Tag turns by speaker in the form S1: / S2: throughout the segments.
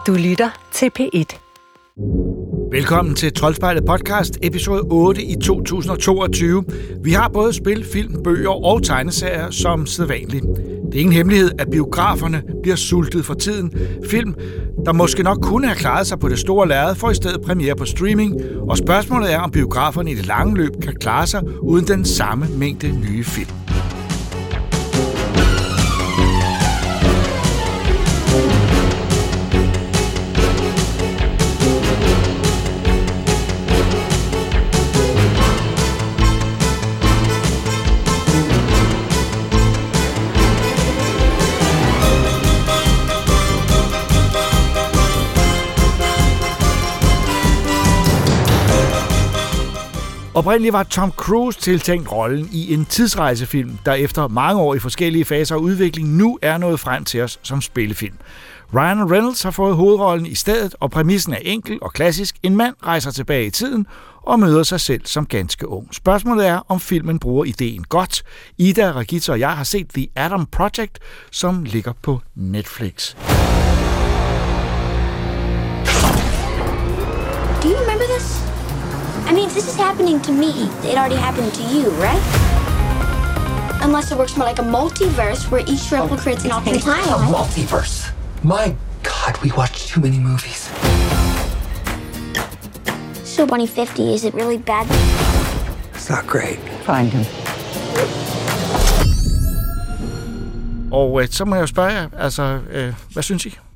S1: Du lytter til P1.
S2: Velkommen til Troldspejlet podcast, episode 8 i 2022. Vi har både spil, film, bøger og tegneserier som sædvanligt. Det er ingen hemmelighed, at biograferne bliver sultet for tiden. Film, der måske nok kunne have klaret sig på det store lærred, får i stedet premiere på streaming. Og spørgsmålet er, om biograferne i det lange løb kan klare sig uden den samme mængde nye film. Oprindeligt var Tom Cruise tiltænkt rollen i en tidsrejsefilm, der efter mange år i forskellige faser af udvikling nu er nået frem til os som spillefilm. Ryan Reynolds har fået hovedrollen i stedet, og præmissen er enkel og klassisk. En mand rejser tilbage i tiden og møder sig selv som ganske ung. Spørgsmålet er, om filmen bruger ideen godt. Ida, Regitze og jeg har set The Adam Project, som ligger på Netflix.
S3: Do you remember this? I mean, this is happening to me. It already happened to you, right? Unless it works more like a multiverse where each replicates an alternate time.
S4: A multiverse? My God, we watch too many movies.
S3: So, Bunny 50, is it really bad?
S4: It's not great.
S1: Find him.
S2: Og så må jeg jo spørge jer, hvad synes I?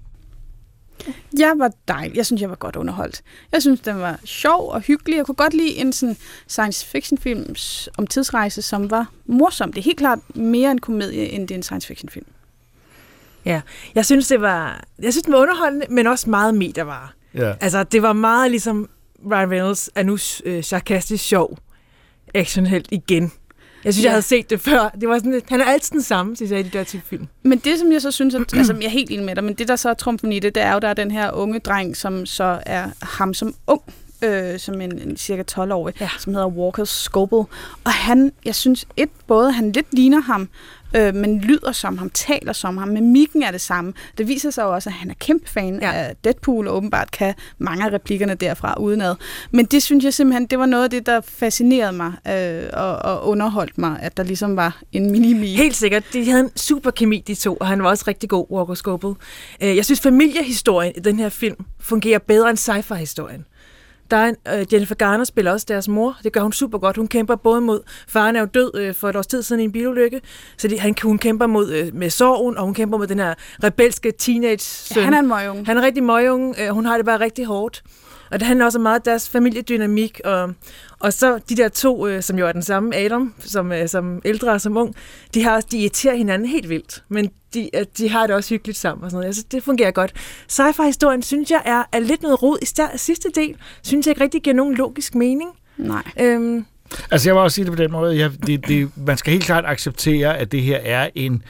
S5: Jeg var dejlig. Jeg synes, jeg var godt underholdt. Jeg synes, den var sjov og hyggelig. Jeg kunne godt lide en sådan science fiction film om tidsrejse, som var morsom. Det er helt klart mere en komedie, end det er en science fiction film.
S6: Ja, jeg synes, den var underholdende, men også meget medievare.
S2: Ja.
S6: Altså, det var meget ligesom Ryan Reynolds er nu sarkastisk sjov actionhelt igen. Jeg synes, jeg havde set det før. Det var sådan, han er altid den samme, synes jeg, i de der type film.
S5: Men det, som jeg så synes, at, jeg er helt enig med dig, men det, der så er trumfen i det, det er jo, der er den her unge dreng, som så er ham som ung, som en cirka 12-årig, som hedder Walker Scobell. Og han, jeg synes, både han lidt ligner ham, men lyder som ham, taler som ham, mimikken er det samme. Det viser sig jo også, at han er kæmpe fan af Deadpool, og åbenbart kan mange af replikkerne derfra udenad. Men det synes jeg simpelthen, det var noget af det, der fascinerede mig og underholdt mig, at der ligesom var en mini-me.
S6: Helt sikkert. De havde en super kemi, de to, og han var også rigtig god, Walker Scobell. Jeg synes, familiehistorien i den her film fungerer bedre end sci-fi-historien. Der er Jennifer Garner spiller også deres mor. Det gør hun super godt. Hun kæmper både mod... Faren er jo død for et års tid siden i en bilulykke, så hun kæmper med sorgen, og hun kæmper mod den her rebelske teenage-søn.
S5: Ja, han er en møgunge.
S6: Han er rigtig møgunge. Hun har det bare rigtig hårdt. Og det handler også meget om deres familiedynamik. Og så de der to, som jo er den samme, Adam, som ældre og som ung, de irriterer hinanden helt vildt. Men de har det også hyggeligt sammen og sådan noget. Altså, det fungerer godt. Sci-fi-historien, synes jeg, er lidt noget rod. I sidste del, synes jeg ikke rigtig giver nogen logisk mening.
S5: Nej.
S2: Altså, jeg vil også sige det på den måde. Man skal helt klart acceptere, at det her er en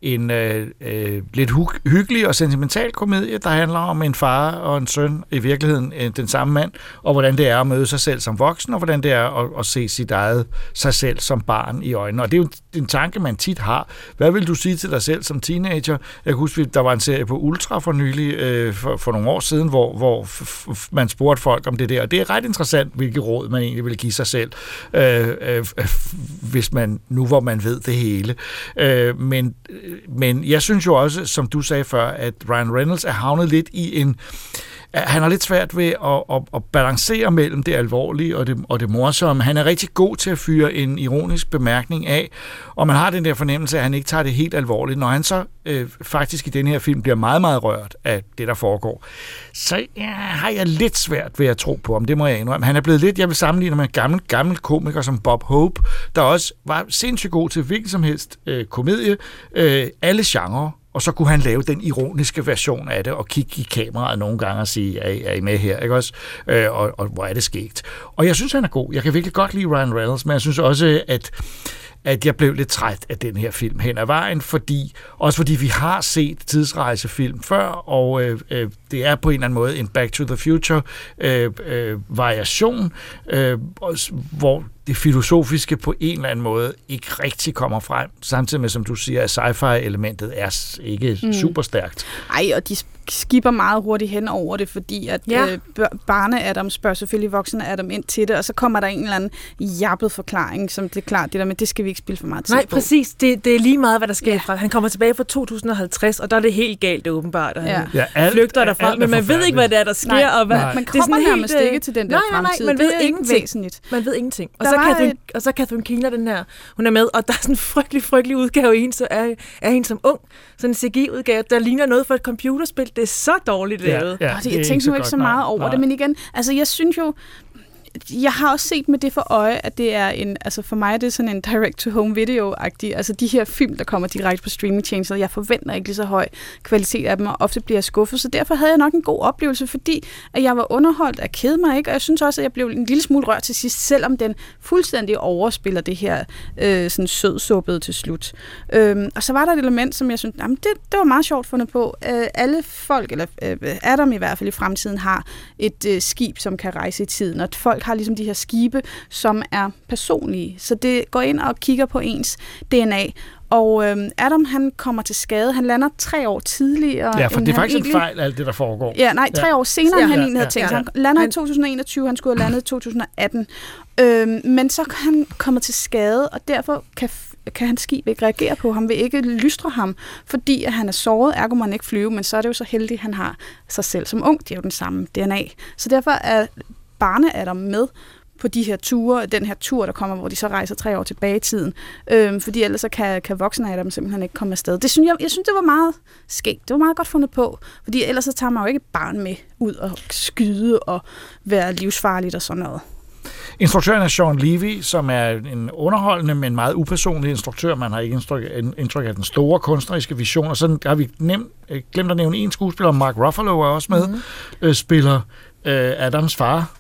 S2: lidt hyggelig og sentimental komedie, der handler om en far og en søn, i virkeligheden den samme mand, og hvordan det er at møde sig selv som voksen, og hvordan det er at se sig selv som barn i øjnene. Og det er jo en tanke, man tit har. Hvad vil du sige til dig selv som teenager? Jeg kan huske, der var en serie på Ultra for nylig, for nogle år siden, hvor man spurgte folk om det der, og det er ret interessant, hvilke råd man egentlig vil give sig selv, hvis man, nu hvor man ved det hele. Men jeg synes jo også, som du sagde før, at Ryan Reynolds er havnet lidt i han har lidt svært ved at balancere mellem det alvorlige og det morsomme. Han er rigtig god til at fyre en ironisk bemærkning af, og man har den der fornemmelse, at han ikke tager det helt alvorligt. Når han så faktisk i den her film bliver meget, meget rørt af det, der foregår, så har jeg lidt svært ved at tro på ham. Det må jeg indrømme. Han er blevet lidt, jeg vil sammenligne med en gammel komiker som Bob Hope, der også var sindssygt god til hvilken som helst komedie, alle genrer. Og så kunne han lave den ironiske version af det, og kigge i kameraet nogle gange og sige, er I med her, ikke også? Og hvor er det sket? Og jeg synes, han er god. Jeg kan virkelig godt lide Ryan Reynolds, men jeg synes også, at jeg blev lidt træt af den her film hen ad vejen, fordi vi har set tidsrejsefilm før, og det er på en eller anden måde en Back to the Future variation, hvor det filosofiske på en eller anden måde ikke rigtig kommer frem, samtidig med, som du siger, at sci-fi-elementet er ikke super stærkt.
S5: Ej, og de skipper meget hurtigt hen over det, fordi at barne-Adam spørger selvfølgelig voksne Adam ind til det, og så kommer der en eller anden jappet forklaring, som det er klart, det der med, det skal vi ikke spille for meget tid på.
S6: Nej, præcis. Det er lige meget, hvad der sker fra. Han kommer tilbage fra 2050, og der er det helt galt, åbenbart, og han flygter derfra, men man ved ikke, hvad det er, der sker.
S5: Nej,
S6: og hvad,
S5: man kommer nærmest ikke til den der fremtid.
S6: Man ved
S5: det er
S6: ingenting.
S5: Væsentligt.
S6: Man ved ingenting. Og så Catherine Keener, den her, hun er med, og der er sådan en frygtelig udgave i hende, så er hende som ung. Sådan en CGI-udgave, der ligner noget for et computerspil. Det er så dårligt lavet.
S5: Jeg tænker nu ikke så meget over det, men igen, altså jeg synes jo, jeg har også set med det for øje, at det er altså for mig er det sådan en direct-to-home video-agtig, altså de her film, der kommer direkte på streaming-tjenester, jeg forventer ikke lige så høj kvalitet af dem, og ofte bliver jeg skuffet, så derfor havde jeg nok en god oplevelse, fordi at jeg var underholdt af kede mig, ikke? Og jeg synes også, at jeg blev en lille smule rørt til sidst, selvom den fuldstændig overspiller det her sådan sødsuppet til slut. Og så var der et element, som jeg synes, det var meget sjovt fundet på. Alle folk, eller Adam i hvert fald i fremtiden, har et skib, som kan rejse i tiden, og folk har ligesom de her skibe, som er personlige. Så det går ind og kigger på ens DNA. Og Adam, han kommer til skade. Han lander 3 år tidligere.
S2: Ja, for det er faktisk en fejl, alt det, der foregår.
S5: Ja, nej, 3 år senere, end han egentlig havde tænkt. Han lander i 2021, han skulle have landet i 2018. Men så kan han komme til skade, og derfor kan hans skib ikke reagere på ham, vil ikke lystre ham, fordi at han er såret, ergo må han ikke flyve, men så er det jo så heldigt, at han har sig selv som ung. Det er jo den samme DNA. Så derfor er barne-Adam med på de her ture, den her tur, der kommer, hvor de så rejser 3 år tilbage i tiden. Fordi ellers så kan voksne Adam simpelthen ikke komme afsted. Det synes jeg synes, det var meget skægt. Det var meget godt fundet på, fordi ellers så tager man jo ikke et barn med ud og skyde og være livsfarligt og sådan noget.
S2: Instruktøren er Sean Levy, som er en underholdende, men meget upersonlig instruktør. Man har ikke indtryk af den store kunstneriske vision. Og så har vi glemt at nævne en skuespiller, Mark Ruffalo er også med, spiller Adams far.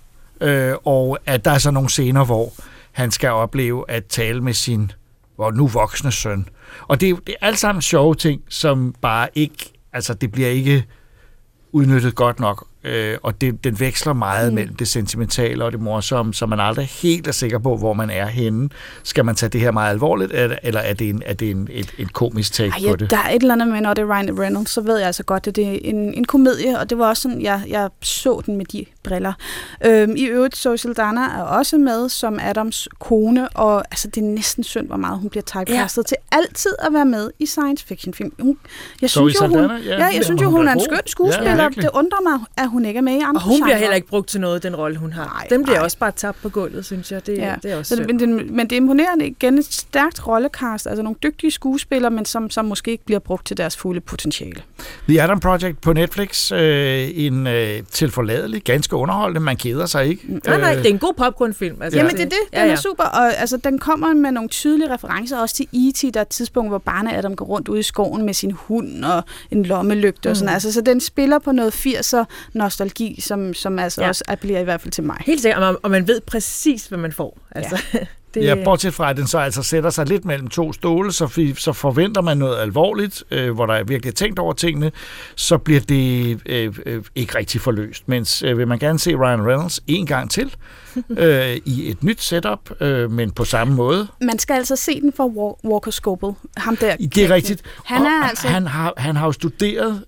S2: Og at der er så nogle scener, hvor han skal opleve at tale med sin nu voksne søn. Og det er alt sammen sjove ting, som bare ikke, altså det bliver ikke udnyttet godt nok. Og den veksler meget mellem det sentimentale og det morsomme, så man aldrig helt er sikker på, hvor man er henne. Skal man tage det her meget alvorligt, eller er det en komisk take på det?
S5: Der er et eller andet med, når det er Ryan Reynolds, så ved jeg altså godt, at det er en komedie, og det var også sådan, jeg så den med de briller. I øvrigt, Zoe Saldana er også med som Adams kone, og altså, det er næsten synd, hvor meget hun bliver typecastet til altid at være med i science fiction film. Jeg synes jo, hun er en skøn skuespiller. Ja, det undrer mig, at hun ikke er med i andre
S6: og hun bliver heller ikke brugt til noget, den rolle, hun har. Den bliver også bare tabt på gulvet, synes jeg. Det er også
S5: men det er imponerende igen, et stærkt rollekast, altså nogle dygtige skuespillere, men som måske ikke bliver brugt til deres fulde potentiale.
S2: The Adam Project på Netflix, en tilforladelig, ganske underholdende, man keder sig ikke.
S6: Nej, det er en god popcornfilm. Altså,
S5: Jamen det er det, den er super, og altså, den kommer med nogle tydelige referencer også til E.T., der er et tidspunkt, hvor barne-Adam går rundt ude i skoven med sin hund og en lommelygte og sådan, altså, så den spiller på noget 80'er nostalgi, som altså også appellerer i hvert fald til mig.
S6: Helt sikkert, og man ved præcis, hvad man får. Altså,
S2: bortset fra, at den så altså sætter sig lidt mellem 2 stole, så forventer man noget alvorligt, hvor der er virkelig tænkt over tingene, så bliver det ikke rigtig forløst. Mens vil man gerne se Ryan Reynolds en gang til, i et nyt setup, men på samme måde. Man
S5: skal altså se den for Walker Scobell. Ham der.
S2: Det er rigtigt.
S5: Han
S2: har jo studeret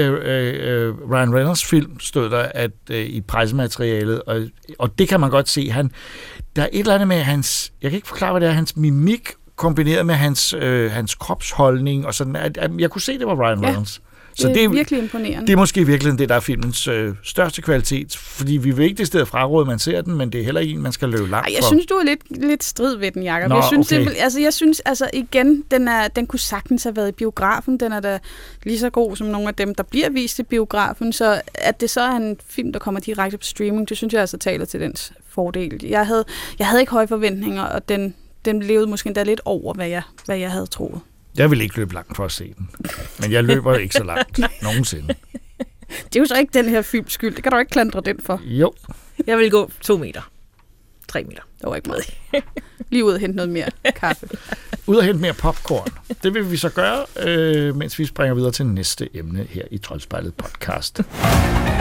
S2: Ryan Reynolds film, stod der i pressematerialet, og det kan man godt se. Der er et eller andet med hans, jeg kan ikke forklare, hvad det er, hans mimik kombineret med hans kropsholdning og sådan. Jeg kunne se, det var Ryan Reynolds.
S5: Så det er virkelig imponerende.
S2: Det er måske virkelig det, der er filmens største kvalitet, fordi vi vil ikke det sted fraråde, man ser den, men det er heller ikke en, man skal løbe langt for.
S5: Jeg synes, du er lidt strid ved den, Jacob. Jeg synes, igen, den kunne sagtens have været i biografen. Den er da lige så god som nogle af dem, der bliver vist i biografen. Så at det så er en film, der kommer direkte på streaming, det synes jeg altså taler til dens fordel. Jeg havde ikke høje forventninger, og den levede måske endda lidt over, hvad jeg havde troet.
S2: Jeg vil ikke løbe langt for at se den. Men jeg løber ikke så langt nogensinde.
S5: Det er jo så ikke den her films skyld. Det kan du ikke klandre den for.
S2: Jo.
S6: Jeg vil gå 2 meter. 3 meter.
S5: Det var ikke meget. Lige ud og hente noget mere kaffe.
S2: Ud og hente mere popcorn. Det vil vi så gøre, mens vi springer videre til næste emne her i Troldspejlet podcast.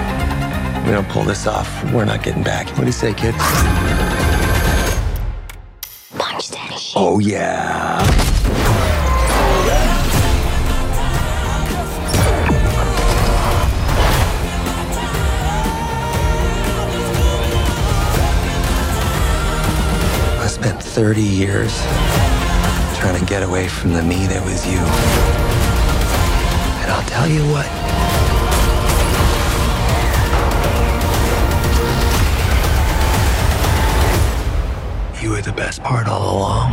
S4: We don't pull this off, we're not getting back. What do you say, kid? Oh, yeah. I spent 30 years trying to get away from the me that was you. And I'll tell you what. You were the best part all along.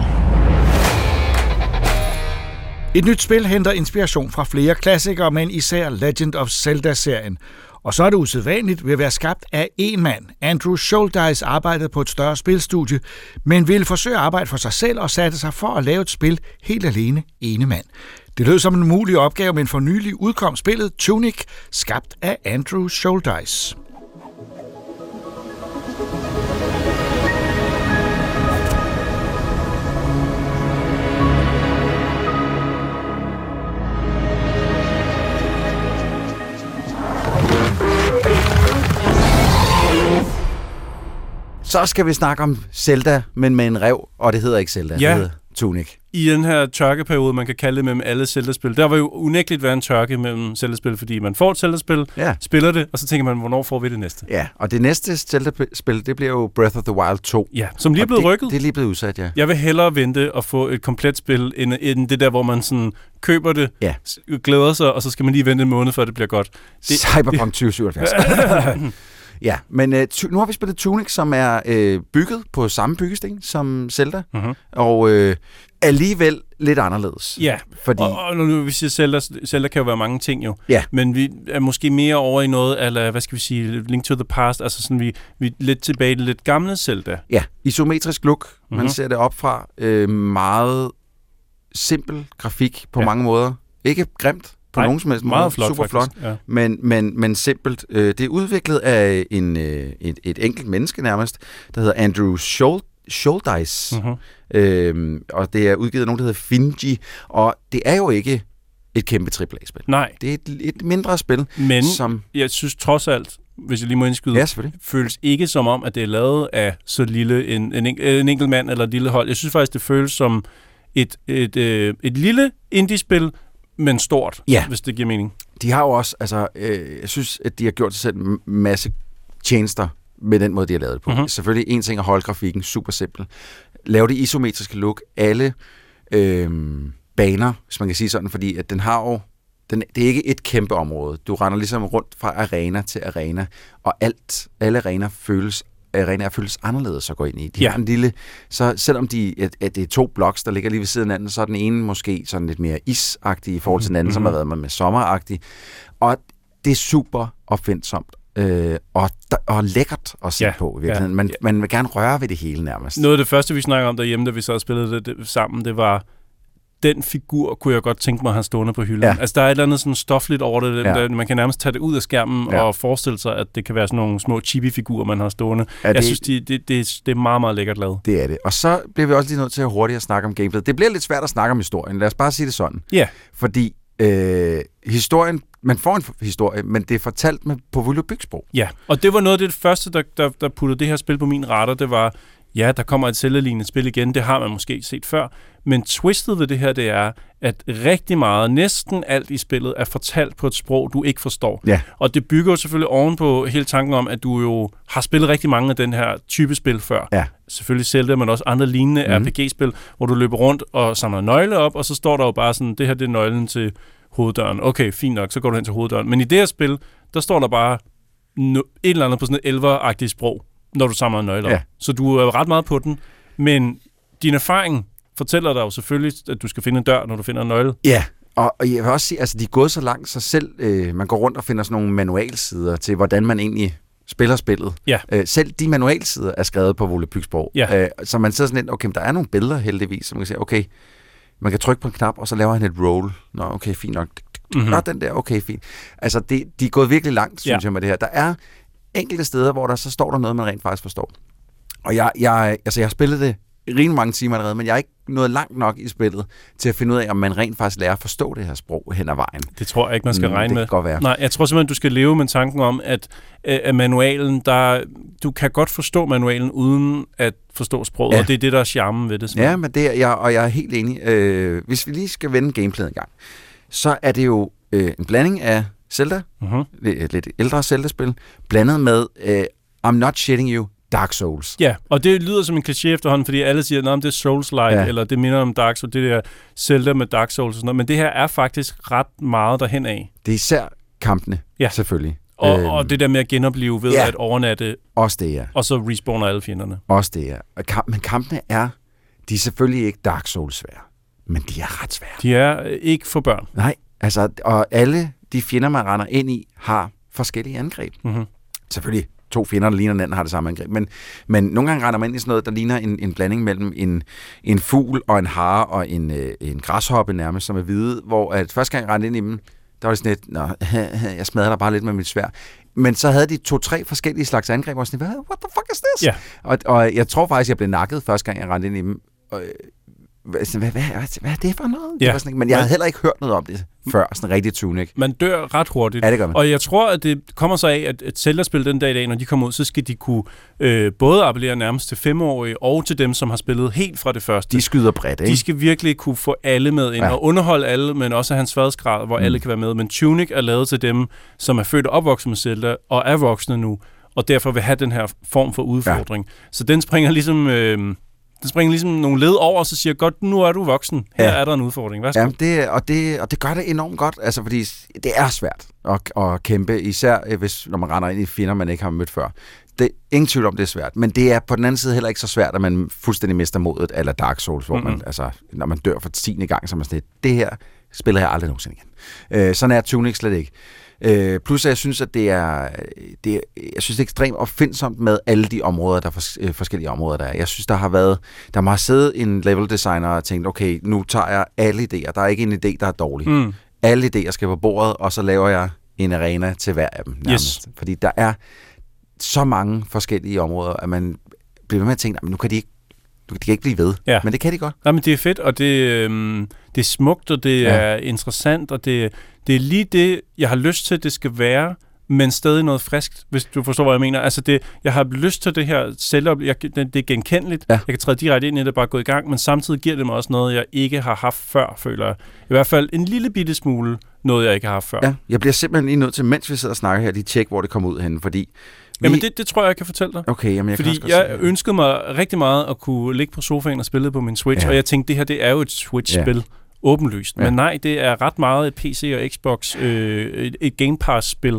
S2: Et nyt spil henter inspiration fra flere klassikere, men især Legend of Zelda-serien. Og så er det usædvanligt ved at være skabt af en mand. Andrew Shouldice arbejdede på et større spilstudie, men ville forsøge at arbejde for sig selv og satte sig for at lave et spil helt alene ene mand. Det lød som en umulig opgave, men for nylig udkom spillet Tunic, skabt af Andrew Shouldice.
S1: Så skal vi snakke om Zelda, men med en ræv, og det hedder ikke Zelda, det hedder Tunic.
S7: I den her tørkeperiode, man kan kalde det mellem alle Zelda-spil, der var jo unægteligt været en tørke mellem Zelda-spil, fordi man får et Zelda-spil, spiller det, og så tænker man, hvornår får vi det næste?
S1: Ja, og det næste Zelda-spil, det bliver jo Breath of the Wild 2.
S7: Ja, som lige er blevet rykket.
S1: Det er lige blevet udsat, ja.
S7: Jeg vil hellere vente og få et komplet spil, end det der, hvor man sådan køber det, glæder sig, og så skal man lige vente en måned, før det bliver godt.
S1: Cyberpunk 2077. Ja, men nu har vi spillet Tunic, som er bygget på samme byggesten som Zelda, og alligevel lidt anderledes.
S7: Ja, fordi... og nu vi siger Zelda kan jo være mange ting jo, men vi er måske mere over i noget, eller hvad skal vi sige, Link to the Past, altså sådan vi er lidt tilbage i det lidt gamle Zelda.
S1: Ja, isometrisk look, man ser det op fra, meget simpel grafik på mange måder, ikke grimt, på nogen som helst
S7: meget flot,
S1: super flot, men simpelt. Det er udviklet af et enkelt menneske nærmest, der hedder Andrew Shouldice, og det er udgivet af nogen, der hedder Finji, og det er jo ikke et kæmpe AAA-spil.
S7: Nej.
S1: Det er et mindre spil.
S7: Men jeg synes trods alt, hvis jeg lige må indskyde, føles ikke som om, at det er lavet af så lille en enkelt mand eller et lille hold. Jeg synes faktisk, det føles som et lille indie-spil, men stort, hvis det giver mening.
S1: De har jo også, altså, jeg synes, at de har gjort sig selv en masse tjenester med den måde, de har lavet det på. Selvfølgelig en ting at holde grafikken super simpel. Lave det isometriske look. Alle baner, hvis man kan sige sådan, fordi at den har jo, det er ikke et kæmpe område. Du render ligesom rundt fra arena til arena, og alle arenaer føles anderledes at gå ind i. De har en lille, så selvom det er 2 blocks, der ligger lige ved siden af den, så er den ene måske sådan lidt mere isagtig i forhold til den anden, som har været med sommeragtig. Og det er super opfindsomt og lækkert at se på. Man vil gerne røre ved det hele nærmest.
S7: Noget af det første, vi snakker om derhjemme, da vi så og spillede det sammen, det var den figur kunne jeg godt tænke mig at have stående på hylden. Ja. Altså, der er et eller andet sådan stofligt over det. Man kan nærmest tage det ud af skærmen og forestille sig, at det kan være sådan nogle små chibi-figurer, man har stående. Jeg synes, det er meget, meget lækkert lavet.
S1: Det er det. Og så bliver vi også lige nødt til at hurtigt snakke om gameplayet. Det bliver lidt svært at snakke om historien. Lad os bare sige det sådan.
S7: Ja.
S1: Fordi historien, man får en historie, men det er fortalt på volapyksprog.
S7: Ja, og det var noget af det første, der puttede det her spil på min radar. Det var, der kommer et Zelda-lignende spil igen. Det har man måske set før. Men twistet ved det her, det er, at rigtig meget, næsten alt i spillet, er fortalt på et sprog, du ikke forstår.
S1: Ja.
S7: Og det bygger jo selvfølgelig oven på hele tanken om, at du jo har spillet rigtig mange af den her type spil før.
S1: Ja.
S7: Selvfølgelig Zelda, men også andre lignende RPG-spil, hvor du løber rundt og samler nøgle op, og så står der jo bare sådan, det her det er nøglen til hoveddøren. Okay, fint nok, så går du hen til hoveddøren. Men i det her spil, der står der bare et eller andet på sådan et elveragtigt sprog, når du samler nøgler op. Ja. Så du er ret meget på den, men din erfaring fortæller dig jo selvfølgelig, at du skal finde en dør, når du finder en nøgle.
S1: Ja, og jeg vil også sige, altså de er gået så langt, så selv man går rundt og finder sådan nogle manualsider til, hvordan man egentlig spiller spillet.
S7: Ja.
S1: Selv de manualsider er skrevet på volapyksprog.
S7: Ja.
S1: Så man sidder sådan lidt, okay, der er nogle billeder heldigvis, så man kan sige, okay, man kan trykke på en knap, og så laver han et roll. Nå, okay, fint nok. Nå, den der, okay, fint. Altså, de er gået virkelig langt, synes jeg, med det her. Der er enkelte steder, hvor der så står der noget, man rent faktisk forstår. Og jeg har spillet det rimelig mange timer allerede, men jeg er ikke nået langt nok i spillet til at finde ud af, om man rent faktisk lærer at forstå det her sprog hen ad vejen.
S7: Det tror jeg ikke, man skal regne med.
S1: Det kan godt være.
S7: Nej, jeg tror simpelthen, du skal leve med tanken om, at manualen, du kan godt forstå manualen uden at forstå sproget, og det er det, der er charmen ved det.
S1: Ja, men jeg er helt enig. Hvis vi lige skal vende gameplayet en gang, så er det jo en blanding af Zelda, et lidt ældre Zelda-spil, blandet med I'm not shitting you, Dark Souls.
S7: Ja, og det lyder som en kliché efterhånden, fordi alle siger, at det er Souls-like, eller det minder om Dark Souls, det der Zelda med Dark Souls og sådan noget, men det her er faktisk ret meget derhen af.
S1: Det er især kampene, selvfølgelig.
S7: Og det der med at genopleve ved at overnatte.
S1: Også det, ja.
S7: Og så respawner alle fjenderne.
S1: Også det, ja. Men kampene de er selvfølgelig ikke Dark Souls svære, men de er ret svære.
S7: De er ikke for børn.
S1: Nej, altså, og alle de fjender, man render ind i, har forskellige angreb. Mm-hmm. Selvfølgelig 2 fjender, der ligner hinanden, har det samme angreb. Men nogle gange render man ind i sådan noget, der ligner en blanding mellem en fugl og en hare og en græshoppe nærmest, som er hvide, hvor at første gang jeg rendte ind i dem, der var det sådan lidt, jeg smadrer dig bare lidt med mit sværd. Men så havde de 2-3 forskellige slags angreb, og sådan, what the fuck is this? Yeah. Og jeg tror faktisk, jeg blev nakket første gang, jeg rendte ind i dem. Hvad er det for noget?
S7: Ja.
S1: Det sådan, men jeg havde heller ikke hørt noget om det før, sådan rigtig tunic.
S7: Man dør ret hurtigt.
S1: Ja, det gør man.
S7: Og jeg tror, at det kommer så af, at Zelda-spil den dag i dag, når de kommer ud, så skal de kunne både appellere nærmest til 5-årige og til dem, som har spillet helt fra det første.
S1: De skyder bredt, ikke?
S7: De skal virkelig kunne få alle med ind og underholde alle, men også have en sværhedsgrad, hvor alle kan være med. Men Tunic er lavet til dem, som er født og opvokset med Zelda og er voksne nu, og derfor vil have den her form for udfordring. Ja. Så den springer ligesom nogle led over, og så siger godt, nu er du voksen. Her er der en udfordring. Værsgo.
S1: Ja, det gør det enormt godt, altså, fordi det er svært at kæmpe, især når man render ind i fjender, man ikke har mødt før. Det er ingen tvivl om, det er svært, men det er på den anden side heller ikke så svært, at man fuldstændig mister modet, eller Dark Souls, hvor man, altså, når man dør for 10. gang, så er man sådan, det her spiller jeg aldrig nogensinde igen. Sådan er Tunic slet ikke. Plus jeg synes, at det er ekstremt opfindsomt med alle de områder, der er forskellige områder, der er. Jeg synes, der må have siddet en level designer og tænkt, okay, nu tager jeg alle idéer. Der er ikke en idé, der er dårlig. Alle idéer skal på bordet, og så laver jeg en arena til hver af dem nærmest. Yes. Fordi der er så mange forskellige områder, at man bliver ved med at tænke, nu kan de ikke blive ved. Ja. Men det kan de godt.
S7: Nej, men det er fedt, og det er smukt, og det er interessant, og det er lige det, jeg har lyst til, det skal være, men stadig noget friskt, hvis du forstår, hvad jeg mener. Altså jeg har lyst til det her det er genkendeligt. Ja. Jeg kan træde direkte ind i det, bare gå i gang, men samtidig giver det mig også noget, jeg ikke har haft før, føler jeg. I hvert fald en lille bitte smule noget, jeg ikke har haft før.
S1: Ja, jeg bliver simpelthen lige nødt til, mens vi sidder og snakker her, lige tjekke, hvor det kommer ud henne, fordi
S7: Jamen det tror jeg kan fortælle dig.
S1: Okay, jamen
S7: fordi jeg ønskede mig rigtig meget at kunne ligge på sofaen og spille på min Switch, og jeg tænkte, det her det er jo et Switch-spil, åbenlyst. Men nej, det er ret meget et PC og Xbox, et Game Pass-spil.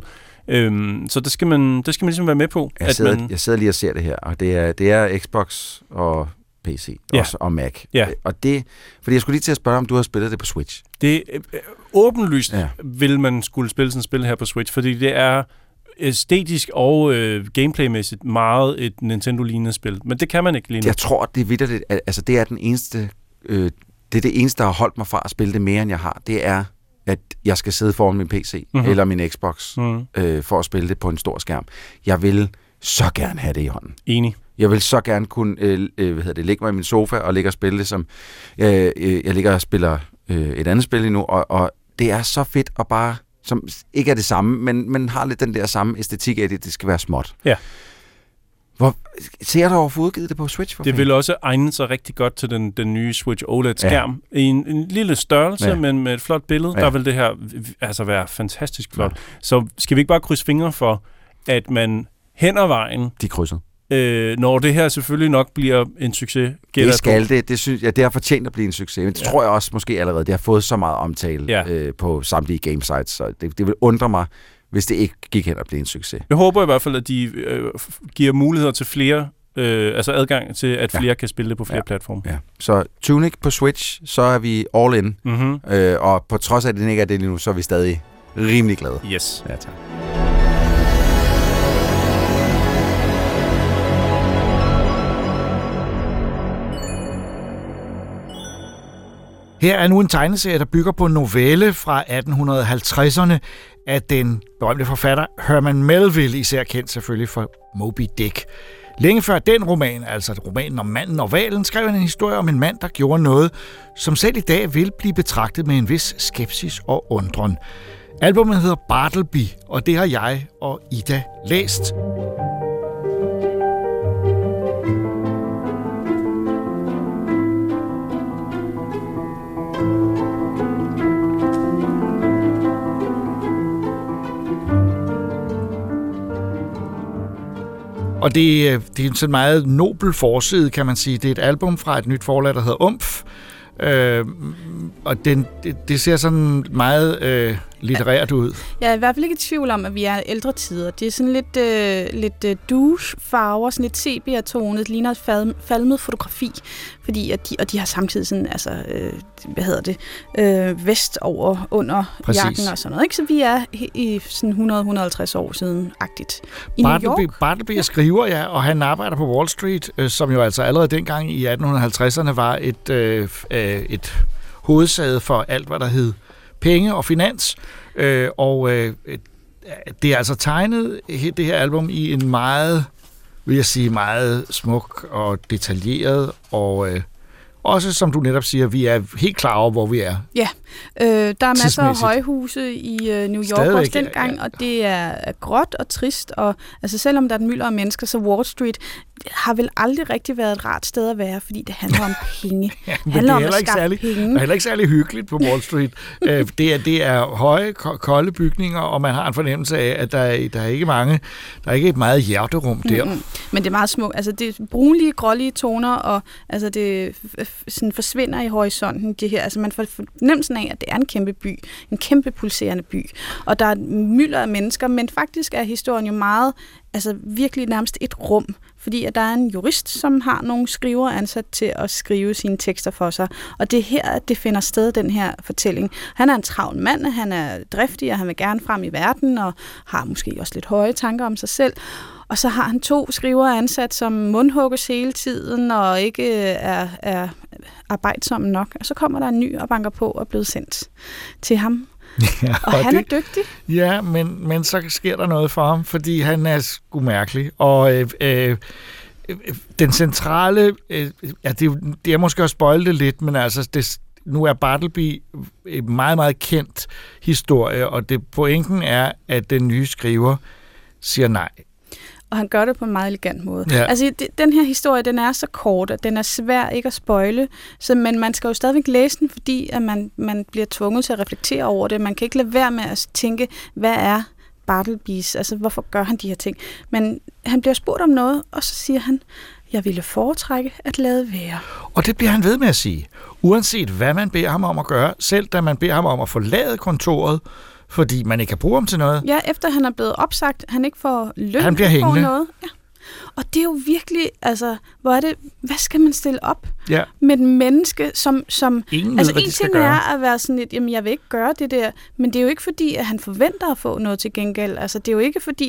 S7: Så det skal man ligesom være med på.
S1: Jeg sidder lige og ser det her, og det er Xbox og PC også, og Mac. Ja. Og det, fordi jeg skulle lige til at spørge, om du har spillet det på Switch.
S7: Det åbenlyst vil man skulle spille sådan et spil her på Switch, fordi det er æstetisk og gameplaymæssigt meget et Nintendo-lignende spil. Men det kan man ikke lige nu.
S1: Jeg tror, det er vitterligt, altså det er den eneste, det er det eneste, der har holdt mig fra at spille det mere, end jeg har. Det er, at jeg skal sidde foran min PC eller min Xbox for at spille det på en stor skærm. Jeg vil så gerne have det i hånden.
S7: Enig.
S1: Jeg vil så gerne kunne ligge mig i min sofa og ligge og spille det, som jeg ligger og spiller et andet spil endnu, og det er så fedt at bare, som ikke er det samme, men har lidt den der samme æstetik af det skal være småt. Ja. Ser du overfor udgivet det på Switch?
S7: Det vil også egne sig rigtig godt til den nye Switch OLED-skærm. I en lille størrelse, men med et flot billede, der vil det her altså være fantastisk flot. Ja. Så skal vi ikke bare krydse fingre for, at man hen ad vejen...
S1: De krydser.
S7: Når det her selvfølgelig nok bliver en succes.
S1: Det skal det. Det synes jeg, det har fortjent at blive en succes. Men det tror jeg også måske allerede. Det har fået så meget omtale på samtlige game sites, så det vil undre mig, hvis det ikke gik hen at blive en succes.
S7: Jeg håber i hvert fald, at de giver muligheder til flere, altså adgang til, at flere kan spille det på flere platforme. Ja.
S1: Så Tunic på Switch, så er vi all in. Mm-hmm. Og på trods af, at det ikke er det lige nu, så er vi stadig rimelig glade.
S7: Yes.
S1: Ja, tak.
S2: Her er nu en tegneserie, der bygger på en novelle fra 1850'erne af den berømte forfatter Herman Melville, især kendt selvfølgelig for Moby Dick. Længe før den roman, altså romanen om manden og hvalen, skrev han en historie om en mand, der gjorde noget, som selv i dag vil blive betragtet med en vis skepsis og undren. Albummet hedder Bartleby, og det har jeg og Ida læst. Og det er en sådan meget nobel forside, kan man sige. Det er et album fra et nyt forlag, der hedder Umf. Og det ser sådan meget litterært ud.
S5: Jeg er i hvert fald ikke i tvivl om, at vi er ældre tider. Det er sådan lidt douche-farver, sådan lidt sepia-tonet. Det ligner et falmet fotografi, fordi at de har samtidig sådan, altså, vest over under
S2: Præcis.
S5: jakken og sådan noget. Ikke? Så vi er i sådan 100-150 år siden-agtigt. I New York.
S2: Bartleby er skriver, ja, og han arbejder på Wall Street, som jo altså allerede dengang i 1850'erne var et hovedsæde for alt, hvad der hed penge og finans. Det er altså tegnet, det her album, i en meget, vil jeg sige, meget smuk og detaljeret, og også, som du netop siger, vi er helt klar over, hvor vi er.
S5: Ja, der er masser af højhuse i New York stadigvæk, også dengang, ja. Og det er gråt og trist, og altså selvom der er et mylder af mennesker, så Wall Street har vel aldrig rigtig været et rart sted at være, fordi det handler om penge.
S2: Ja, men det er heller ikke særlig hyggeligt på Wall Street. Det er høje, kolde bygninger, og man har en fornemmelse af, at der er ikke et meget hjerterum der.
S5: Mm-hmm. Men det er meget smukt. Altså det er brunlige, grålige toner, og altså det sådan forsvinder i horisonten. Det her. Altså man får fornemmelsen af, at det er en kæmpe by, en kæmpe pulserende by, og der er mylder af mennesker, men faktisk er historien jo meget, altså virkelig nærmest et rum, fordi at der er en jurist, som har nogle skrivere ansat til at skrive sine tekster for sig. Og det er her, at det finder sted, den her fortælling. Han er en travl mand, han er driftig, og han vil gerne frem i verden, og har måske også lidt høje tanker om sig selv. Og så har han 2 skrivere ansat, som mundhugges hele tiden, og ikke er arbejdsomme nok. Og så kommer der en ny og banker på og er blevet sendt til ham. Ja, og han er dygtig.
S2: Ja, men så sker der noget for ham, fordi han er sgu mærkelig. Og den centrale, det er måske at spoile det lidt, men altså nu er Bartleby en meget, meget kendt historie, og pointen er, at den nye skriver siger nej.
S5: Og han gør det på en meget elegant måde.
S2: Ja.
S5: Altså, den her historie, den er så kort, at den er svær ikke at spoile, men man skal jo stadigvæk læse den, fordi at man bliver tvunget til at reflektere over det. Man kan ikke lade være med at tænke, hvad er Bartlebys? Altså, hvorfor gør han de her ting? Men han bliver spurgt om noget, og så siger han, jeg ville foretrække at lade være.
S2: Og det bliver han ved med at sige. Uanset hvad man beder ham om at gøre, selv da man beder ham om at forlade kontoret, fordi man ikke kan bruge ham til noget.
S5: Ja, efter han er blevet opsagt, han ikke får løn,
S2: han bliver hængende.
S5: Noget. Ja. Og det er jo virkelig, altså, hvad skal man stille op
S2: ja.
S5: med et menneske, som
S2: ingen
S5: altså
S2: ved,
S5: en ting er at være sådan lidt, jamen jeg vil ikke gøre det der, men det er jo ikke fordi, at han forventer at få noget til gengæld. Altså det er jo ikke fordi,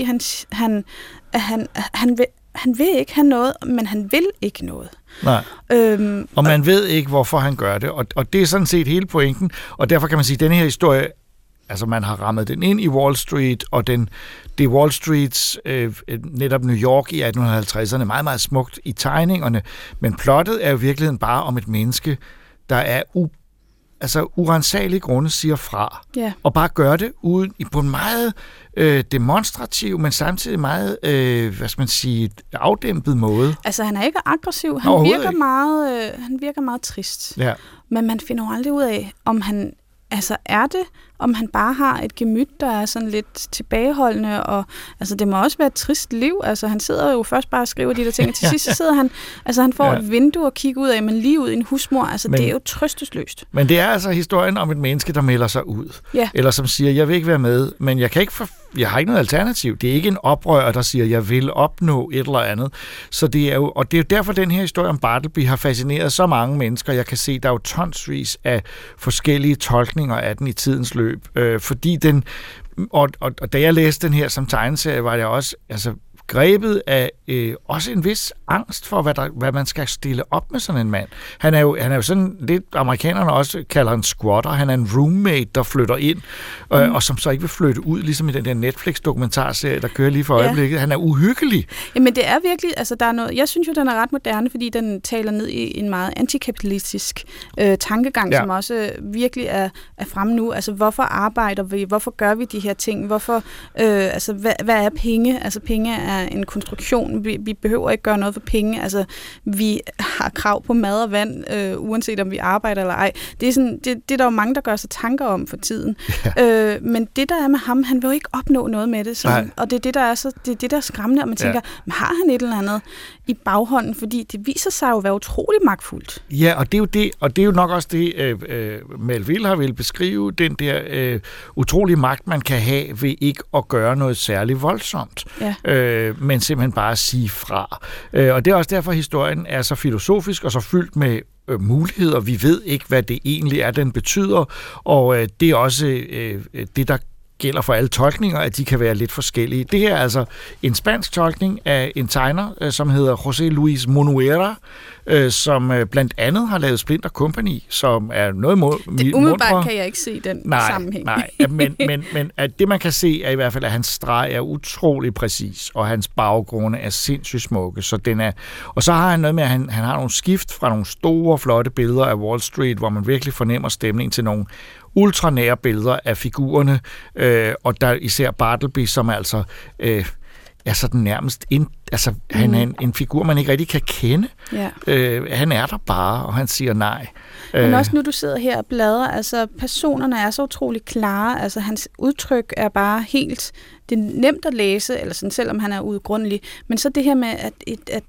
S5: han vil ikke have noget, men han vil ikke noget.
S2: Nej. Og man ved ikke, hvorfor han gør det, og det er sådan set hele pointen, og derfor kan man sige, at denne her historie, altså man har rammet den ind i Wall Street, og det er Wall Streets, netop New York i 1850'erne, meget, meget smukt i tegningerne, men plottet er jo i virkeligheden bare om et menneske, der er urensagelige grunde siger fra,
S5: yeah.
S2: og bare gør det uden på en meget demonstrativ, men samtidig meget, afdæmpet måde.
S5: Altså han er ikke aggressiv, han virker meget trist,
S2: ja.
S5: Men man finder jo aldrig ud af, om han er det, om han bare har et gemyt, der er sådan lidt tilbageholdende, og altså det må også være et trist liv. Altså han sidder jo først bare og skriver de der ting, og til sidst så sidder han, altså han får et vindue at kigge ud af, men lige ud i en husmor, altså det er jo trøstesløst.
S2: Men det er altså historien om et menneske, der melder sig ud.
S5: Ja.
S2: Eller som siger, jeg vil ikke være med, men jeg har ikke noget alternativ. Det er ikke en oprører, der siger, jeg vil opnå et eller andet. Så det er jo, og det er jo derfor, den her historie om Bartleby har fascineret så mange mennesker. Jeg kan se, der er jo tonsvis af forskellige tolkninger af den i tidens løb. Fordi den, og da jeg læste den her som tegneserie, var jeg også grebet af også en vis angst for, hvad man skal stille op med sådan en mand. Han er jo sådan lidt, amerikanerne også kalder en squatter. Han er en roommate, der flytter ind, og som så ikke vil flytte ud, ligesom i den der Netflix-dokumentarserie, der kører lige for øjeblikket. Han er uhyggelig.
S5: Jamen det er virkelig, altså der er noget, jeg synes jo, den er ret moderne, fordi den taler ned i en meget antikapitalistisk tankegang, som også virkelig er fremme nu. Altså hvorfor arbejder vi? Hvorfor gør vi de her ting? Hvorfor, altså hvad er penge? Altså penge er en konstruktion. Vi behøver ikke gøre noget for penge. Altså vi har krav på mad og vand, uanset om vi arbejder eller ej. Det er sådan, det er der jo mange, der gør sig tanker om for tiden. Ja. Men det der er med ham, han vil jo ikke opnå noget med det. Og det er det, der er så, det er det, der er skræmmende, og man tænker, har han et eller andet i baghånden? Fordi det viser sig jo at være utrolig magtfuldt.
S2: Ja, og det er jo det, og det er jo nok også det, Melville har vil beskrive, den der utrolige magt, man kan have ved ikke at gøre noget særligt voldsomt, men simpelthen bare sige fra. Og det er også derfor, historien er så filosofisk og så fyldt med muligheder. Vi ved ikke, hvad det egentlig er, den betyder, og det er også det, der gælder for alle tolkninger, at de kan være lidt forskellige. Det her er altså en spansk tolkning af en tegner, som hedder José Luis Monuera, som blandt andet har lavet Splinter Company, som er noget
S5: umiddelbart kan jeg ikke se den sammenhæng.
S2: Nej, men at det man kan se er i hvert fald, at hans streg er utrolig præcis, og hans baggrunde er sindssygt smukke. Så den er, og så har han noget med, at han har nogle skift fra nogle store, flotte billeder af Wall Street, hvor man virkelig fornemmer stemningen til nogle ultranære billeder af figurerne, og der især Bartleby, som altså er sådan nærmest han er en figur, man ikke rigtig kan kende. Ja. Han er der bare, og han siger nej.
S5: Men også nu du sidder her og bladrer, altså personerne er så utrolig klare, altså hans udtryk er bare helt, det er nemt at læse, eller sådan, selvom han er udgrundelig, men så det her med, at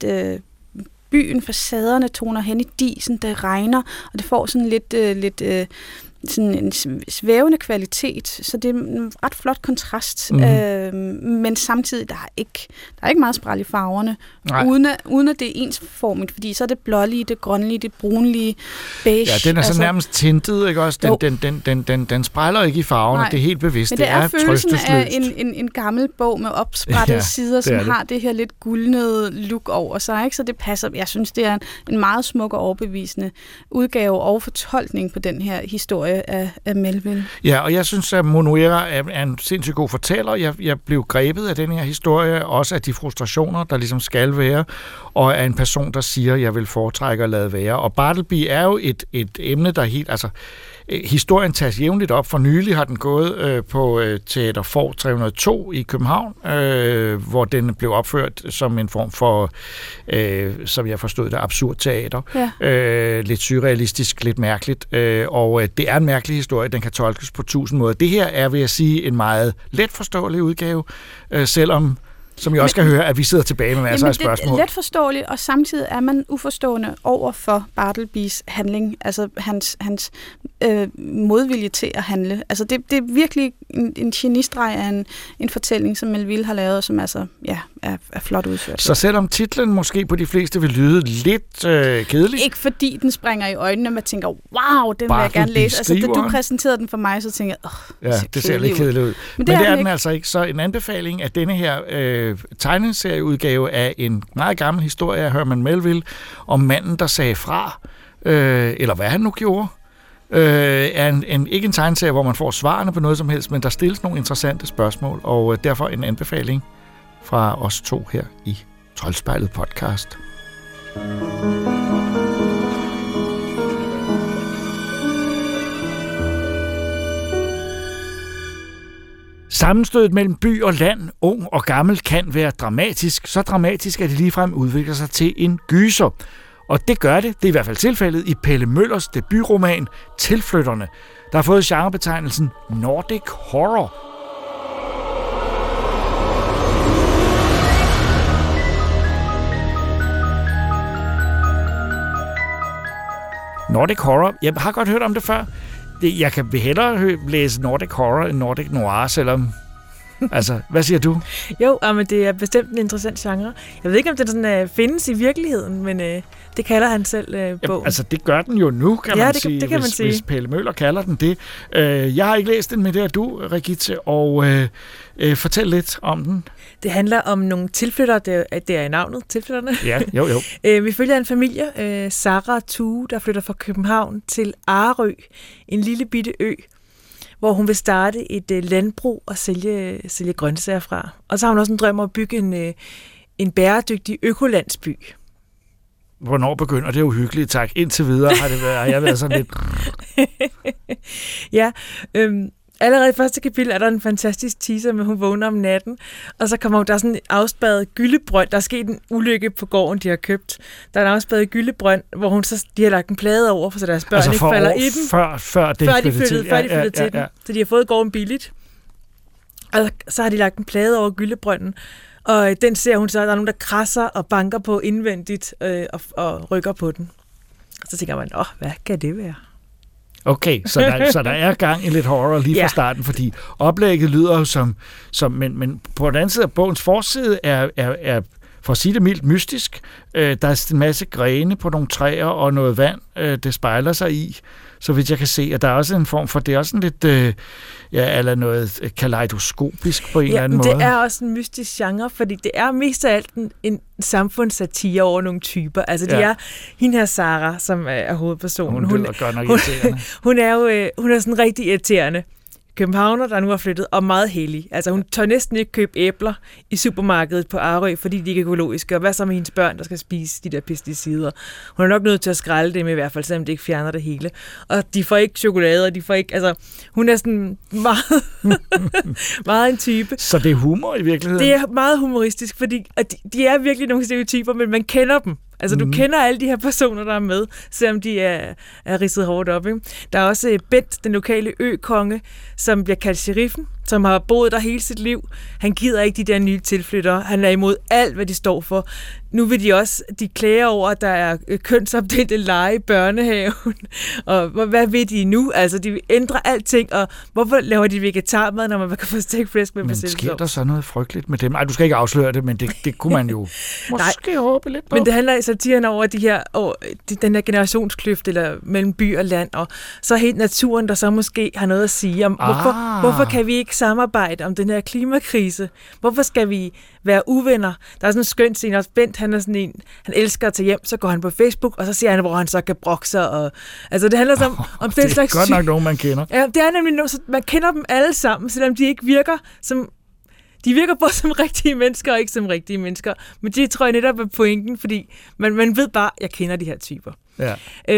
S5: byen, facaderne toner hen i disen, det regner, og det får sådan lidt sådan en svævende kvalitet, så det er en ret flot kontrast, men samtidig der er ikke meget spræl i farverne, uden at det er ensformigt, fordi så er det blålige, det grønlige, det brunlige, beige.
S2: Ja, den er så nærmest tintet, ikke også? Den spræller ikke i farverne, det er helt bevidst.
S5: Men det er følelsen af en gammel bog med opsprættede sider, som har det her lidt guldnede look over sig, ikke? Så det passer. Jeg synes, det er en meget smuk og overbevisende udgave og fortolkning på den her historie af Melville.
S2: Ja, og jeg synes, at Monuera er en sindssygt god fortæller. Jeg blev grebet af den her historie, også af de frustrationer, der ligesom skal være, og af en person, der siger, at jeg vil foretrække at lade være. Og Bartleby er jo et emne, der helt, altså historien tages jævnligt op. For nylig har den gået på Teater Får 302 i København, hvor den blev opført som en form for, som jeg forstod det, absurd teater. Ja. Lidt surrealistisk, lidt mærkeligt. Og det er en mærkelig historie, den kan tolkes på 1000 måder. Det her er, vil jeg sige, en meget let forståelig udgave, selvom som jeg også skal høre, at vi sidder tilbage med masser af spørgsmål.
S5: Det er let forståeligt, og samtidig er man uforstående over for Bartlebys handling, altså hans modvilje til at handle. Altså det er virkelig en genistreg af en fortælling, som Melville har lavet, som altså, er flot udført.
S2: Så selvom titlen måske på de fleste vil lyde lidt kedelig?
S5: Ikke fordi den springer i øjnene, man tænker, wow, den vil jeg gerne læse. Altså da du præsenterede den for mig, så tænker jeg,
S2: det ser lidt kedeligt ud. Men det er den altså ikke. Så en anbefaling af denne her tegneserieudgave af en meget gammel historie af Herman Melville om manden, der sagde fra, eller hvad han nu gjorde, er ikke en tegneserie, hvor man får svarene på noget som helst, men der stilles nogle interessante spørgsmål, og derfor en anbefaling fra os to her i Troldspejlet podcast. Sammenstødet mellem by og land, ung og gammel, kan være dramatisk. Så dramatisk, at det ligefrem udvikler sig til en gyser. Og det gør det. Det er i hvert fald tilfældet i Pelle Møllers debutroman Tilflytterne, der har fået genrebetegnelsen Nordic Horror. Nordic Horror, jeg har godt hørt om det før. Jeg kan hellere læse Nordic Horror end Nordic Noir, selvom Altså, hvad siger du?
S6: Jo, men det er bestemt en interessant genre. Jeg ved ikke, om den sådan, findes i virkeligheden, men det kalder han selv bogen.
S2: Jamen, altså, det gør den jo nu, kan man sige,
S6: det kan man sige.
S2: Hvis Pelle Møller kalder den det. Jeg har ikke læst den, men det er du, Rigitte, og fortæl lidt om den.
S6: Det handler om nogle tilflyttere, det er i navnet, tilflytterne.
S2: Ja, jo.
S6: Vi følger en familie, Sarah og Tue, der flytter fra København til Arø, en lille bitte ø, hvor hun vil starte et landbrug og sælge grøntsager fra. Og så har hun også en drøm om at bygge en bæredygtig økolandsby.
S2: Hvornår begynder det uhyggeligt? Tak. Indtil videre har jeg været sådan lidt...
S6: Ja, allerede i første kapitel er der en fantastisk teaser med, hun vågner om natten, og så kommer der sådan en afspadet gyldebrønd. Der er sket en ulykke på gården, de har købt. Der er en afspadet gyldebrønd, hvor de har lagt en plade over, så deres børn ikke falder i den.
S2: Før de flyttede til den.
S6: Så de har fået gården billigt. Og så har de lagt en plade over gyldebrønden, og den ser hun så, at der er nogen, der krasser og banker på indvendigt og rykker på den. Og så tænker man, hvad kan det være?
S2: Okay, så der er gang i lidt horror lige fra starten, fordi oplægget lyder jo som men på den anden side af bogens forside er for at sige det mildt, mystisk. Der er en masse grene på nogle træer og noget vand, det spejler sig i, så vidt jeg kan se. Og der er også en form for, det er også en lidt, eller noget kaleidoskopisk på en eller anden måde.
S6: Det er også en mystisk genre, fordi det er mest af alt en samfundssatire over nogle typer. Altså, det er hende her Sarah, som er hovedpersonen.
S2: Hun lyder godt nok irriterende.
S6: Hun er sådan rigtig irriterende københavner, der nu har flyttet, og meget heldig. Altså, hun tør næsten ikke købe æbler i supermarkedet på Arø, fordi de ikke er økologiske. Og hvad så med hendes børn, der skal spise de der pesticider? Hun er nok nødt til at skrælle dem i hvert fald, selvom det ikke fjerner det hele. Og de får ikke chokolade, og de får ikke... Altså, hun er sådan meget, meget en type.
S2: Så det er humor i virkeligheden?
S6: Det er meget humoristisk, fordi de er virkelig nogle stereotyper, men man kender dem. Altså, du kender alle de her personer, der er med, selvom de er ridset hårdt op. Ikke? Der er også Bent, den lokale økonge, som bliver kaldt sheriffen, som har boet der hele sit liv. Han gider ikke de der nye tilflyttere. Han er imod alt, hvad de står for. Nu vil de klager over, at der er kønsopdelte lege i børnehaven. Og hvad vil de nu? Altså, de vil ændre alting, og hvorfor laver de vegetarmad, når man kan få stegt flæsk med persillesovs?
S2: Men sker der så noget frygteligt med dem? Ej, du skal ikke afsløre det, men det kunne man jo måske håbe lidt på.
S6: Men det handler i satiren over den her generationskløft eller mellem by og land, og så helt naturen, der så måske har noget at sige om, hvorfor kan vi ikke samarbejde om den her klimakrise? Hvorfor skal vi være uvenner? Der er sådan en skøn scene også. Bent, han er sådan en, han elsker at tage hjem, så går han på Facebook, og så ser han, hvor han så kan brokke sig. Og, altså, det handler så om den slags...
S2: Det er godt nok nogen, man kender.
S6: Ja, det er nemlig nogen, så man kender dem alle sammen, selvom de ikke virker som... De virker både som rigtige mennesker og ikke som rigtige mennesker. Men det tror jeg netop er pointen, fordi man ved bare, jeg kender de her typer.
S2: Ja.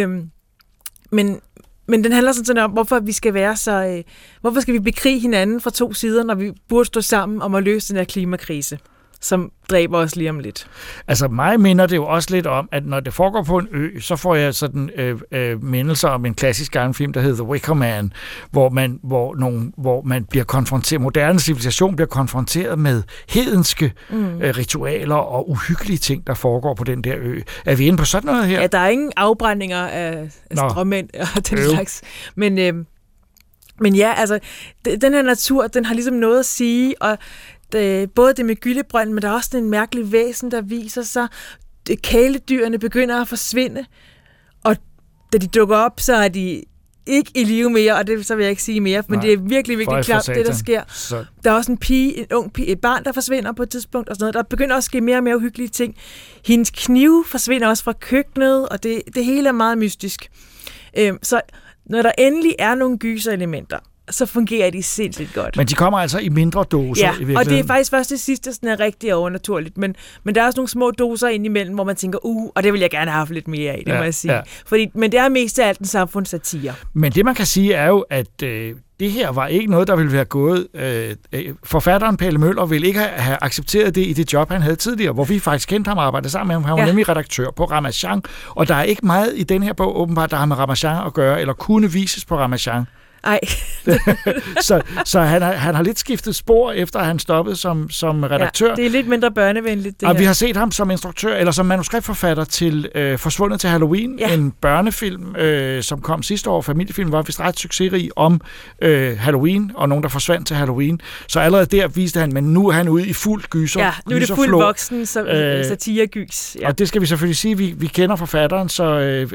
S6: Men den handler sådan om, hvorfor vi skal være så... hvorfor skal vi bekrige hinanden fra to sider, når vi burde stå sammen om at løse den her klimakrise, som dræber os lige om lidt.
S2: Altså mig minder det jo også lidt om, at når det foregår på en ø, så får jeg sådan mindelser om en klassisk gammel film, der hedder The Wicker Man, hvor man bliver konfronteret, moderne civilisation bliver konfronteret med hedenske ritualer og uhyggelige ting, der foregår på den der ø. Er vi inde på sådan noget her?
S6: Ja, der er ingen afbrændinger af strømmænd og den slags. Men ja, altså, den her natur, den har ligesom noget at sige, og både det med gyldebrønden, men der er også en mærkelig væsen, der viser sig. Kæledyrene begynder at forsvinde, og da de dukker op, så er de ikke i live mere, og det så vil jeg ikke sige mere, men det er virkelig, virkelig klart, det der sker. Så. Der er også en ung pige, et barn, der forsvinder på et tidspunkt, og sådan noget. Der begynder også at ske mere og mere uhyggelige ting. Hendes knive forsvinder også fra køkkenet, og det hele er meget mystisk. Så når der endelig er nogle gyserelementer, så fungerer de sindssygt godt.
S2: Men de kommer altså i mindre doser i virkeligheden.
S6: Og det er faktisk først det sidste, sådan er rigtig overnaturligt. Men der er også nogle små doser indimellem, hvor man tænker, og det vil jeg gerne have haft lidt mere af, det må jeg sige. Ja. Men det er mest af alt en samfundssatire.
S2: Men det man kan sige er jo, at det her var ikke noget, der ville være gået. Forfatteren Pelle Møller ville ikke have accepteret det i det job, han havde tidligere, hvor vi faktisk kendte ham og arbejdede sammen med ham. Han var nemlig redaktør på Ramachan, og der er ikke meget i den her bog, åbenbart, der har med Ramachan at gøre, eller kunne vises på Ramachan.
S6: Ej.
S2: så han har lidt skiftet spor, efter at han stoppede som redaktør.
S6: Ja, det er lidt mindre børnevenligt, det
S2: og
S6: her.
S2: vi har set ham som instruktør, eller som manuskriptforfatter til Forsvundet til Halloween, en børnefilm, som kom sidste år. Familiefilm var vist ret succesrig om Halloween, og nogen, der forsvandt til Halloween. Så allerede der viste han, men nu er han ude i fuld gyser.
S6: Ja, nu er det fuld voksen satiregys. Ja.
S2: Og det skal vi selvfølgelig sige, vi kender forfatteren, så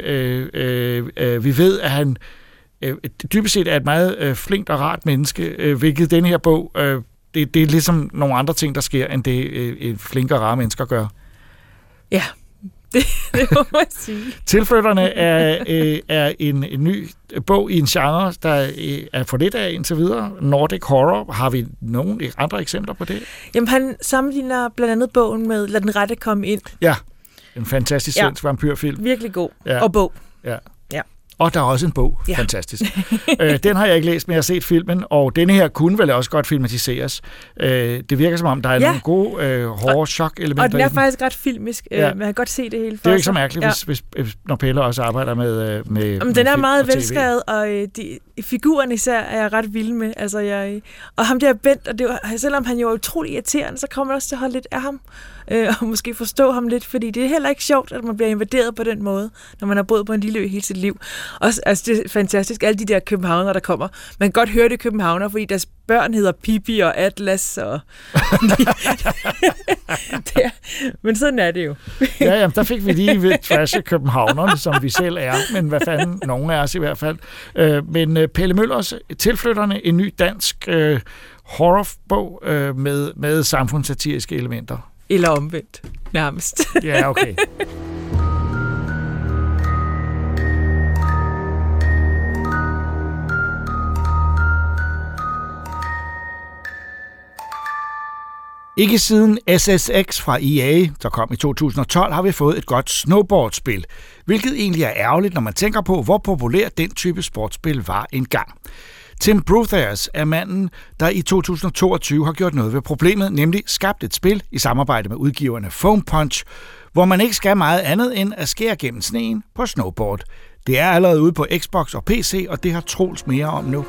S2: vi ved, at han dybest set er et meget flinkt og rart menneske, hvilket den her bog, det er ligesom nogle andre ting, der sker, end det flinke og rare mennesker gør.
S6: Ja, det må man sige.
S2: Tilflytterne er en ny bog i en genre, der er for lidt af indtil videre. Nordic Horror. Har vi nogle andre eksempler på det?
S6: Jamen, han sammenligner blandt andet bogen med Lad den rette komme ind.
S2: Ja, en fantastisk svensk vampyrfilm.
S6: Virkelig god. Ja. Og bog.
S2: Ja. Og der er også en bog. Ja. Fantastisk. Den har jeg ikke læst, men jeg har set filmen, og denne her kunne vel også godt filmatiseres. Det virker som om, der er nogle gode horror-chok-elementer.
S6: Og den er faktisk ret filmisk. Man kan godt se det hele for sig.
S2: Det er jo ikke så mærkeligt, hvis når Pelle også arbejder med
S6: men den er meget velskrevet, og figurerne især er jeg ret vild med. Altså, og ham der Bent, og selvom han jo er utrolig irriterende, så kommer man også til at holde lidt af ham. Og måske forstå ham lidt, fordi det er heller ikke sjovt, at man bliver invaderet på den måde, når man har boet på en lille ø hele sit liv. Også, altså, det er fantastisk, alle de der københavnere, der kommer. Man kan godt høre det københavnere, fordi deres børn hedder Pippi og Atlas. Og men sådan er det jo.
S2: Jamen, der fik vi lige ved trashe københavnerne, som vi selv er, men hvad fanden, nogen af os i hvert fald. Men Pelle Møllers Tilflytterne, en ny dansk horrorbog med samfundssatiriske elementer.
S6: Eller omvendt, nærmest.
S2: Ja, okay. Ikke siden SSX fra EA, der kom i 2012, har vi fået et godt snowboardspil, hvilket egentlig er ærgerligt, når man tænker på, hvor populær den type sportsspil var engang. Tim Bruthers er manden, der i 2022 har gjort noget ved problemet, nemlig skabt et spil i samarbejde med udgiverne Foam Punch, hvor man ikke skal meget andet end at skære gennem sneen på snowboard. Det er allerede ude på Xbox og PC, og det har Troels mere om nu.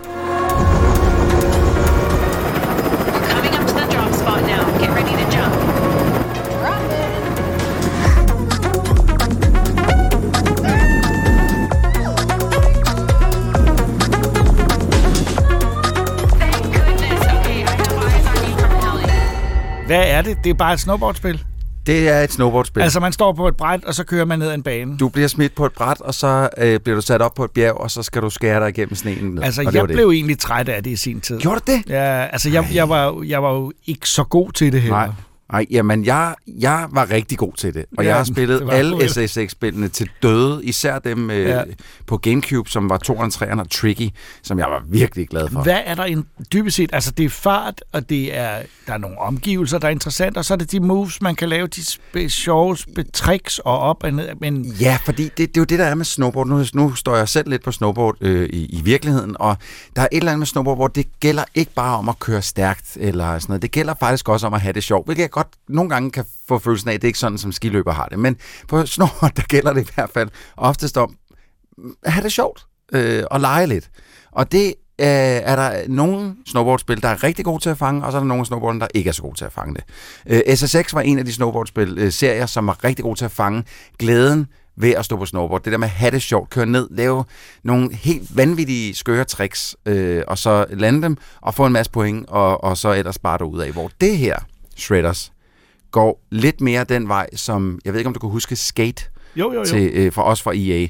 S2: Hvad er det? Det er bare et snowboardspil?
S1: Det er et snowboardspil.
S2: Altså man står på et bræt, og så kører man ned ad en bane?
S1: Du bliver smidt på et bræt, og så bliver du sat op på et bjerg, og så skal du skære dig igennem sneen.
S2: Altså jeg blev egentlig træt af det i sin tid.
S1: Gjorde du det?
S2: Ja, altså jeg var jo ikke så god til det heller.
S1: Nej, jamen jeg var rigtig god til det, og jeg har spillet alle SSX-spillene til døde, især dem på GameCube, som var 2'eren, 3'eren og Tricky, som jeg var virkelig glad for.
S2: Hvad er der dybest set? Altså det er fart, og der er nogle omgivelser, der er interessant, og så er det de moves, man kan lave, de specials, tricks og op og ned. Men...
S1: Ja, fordi det er jo det, der er med snowboard. Nu står jeg selv lidt på snowboard i virkeligheden, og der er et eller andet med snowboard, hvor det gælder ikke bare om at køre stærkt, eller sådan noget. Det gælder faktisk også om at have det sjovt, hvilket jeg godt nogle gange kan få følelsen af, at det er ikke sådan, som skiløber har det. Men på snowboard, der gælder det i hvert fald oftest om at have det sjovt og lege lidt. Og det er der nogle snowboardspil, der er rigtig gode til at fange, og så er der nogle snowboardspil, der ikke er så gode til at fange det. SSX var en af de snowboardspil-serier, som var rigtig gode til at fange glæden ved at stå på snowboard. Det der med at have det sjovt, køre ned, lave nogle helt vanvittige skøre tricks, og så lande dem, og få en masse point, og så ellers bare derud af. Hvor det her, Shredders, går lidt mere den vej, som, jeg ved ikke, om du kan huske Skate,
S2: jo.
S1: Fra os fra EA,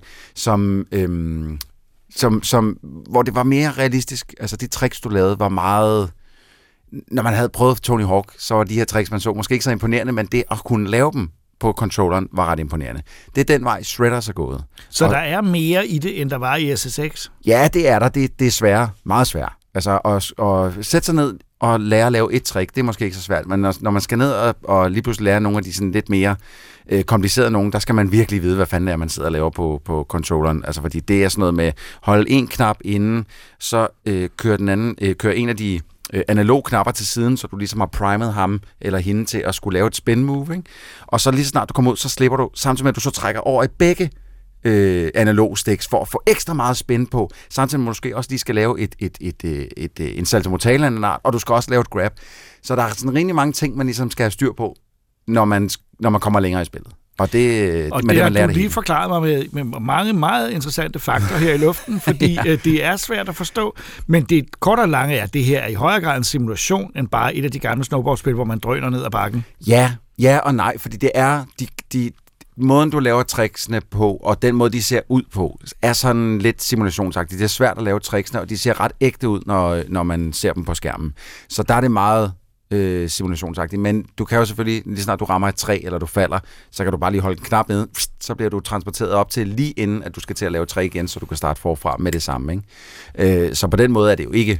S1: som hvor det var mere realistisk. Altså de tricks, du lavede, var meget... Når man havde prøvet Tony Hawk, så var de her tricks, man så måske ikke så imponerende, men det at kunne lave dem på controlleren var ret imponerende. Det er den vej, Shredders er gået.
S2: Så der er mere i det, end der var i SSX?
S1: Ja, det er der. Det er svært. Meget svært. Altså at sætte sig ned og lære at lave et trick, det er måske ikke så svært, men når man skal ned og lige pludselig lære nogle af de sådan lidt mere komplicerede nogen, der skal man virkelig vide, hvad fanden det er, man sidder og laver på controlleren. Altså fordi det er sådan noget med holde en knap inden, så kører en af de analog knapper til siden, så du ligesom har primet ham eller hende til at skulle lave et spin move, ikke? Og så lige så snart du kommer ud, så slipper du, samtidig med at du så trækker over i begge analog sticks for at få ekstra meget spin på. Samtidig måske også lige skal lave en salto mortale af en art, og du skal også lave et grab. Så der er sådan rimelig mange ting, man ligesom skal have styr på, når man kommer længere i spillet. Og det
S2: har du lige forklaret mig med mange meget interessante fakta her i luften, fordi det er svært at forstå, men det kort og lange er, at det her er i højere grad en simulation, end bare et af de gamle snowboardspil, hvor man drøner ned ad bakken.
S1: Ja og nej, fordi det er måden, du laver tricksene på, og den måde, de ser ud på, er sådan lidt simulationsagtigt. Det er svært at lave tricksene, og de ser ret ægte ud, når man ser dem på skærmen. Så der er det meget simulationsagtigt. Men du kan jo selvfølgelig, lige snart du rammer et træ, eller du falder, så kan du bare lige holde en knap ned, så bliver du transporteret op til lige inden, at du skal til at lave træ igen, så du kan starte forfra med det samme. Ikke? Så på den måde er det jo ikke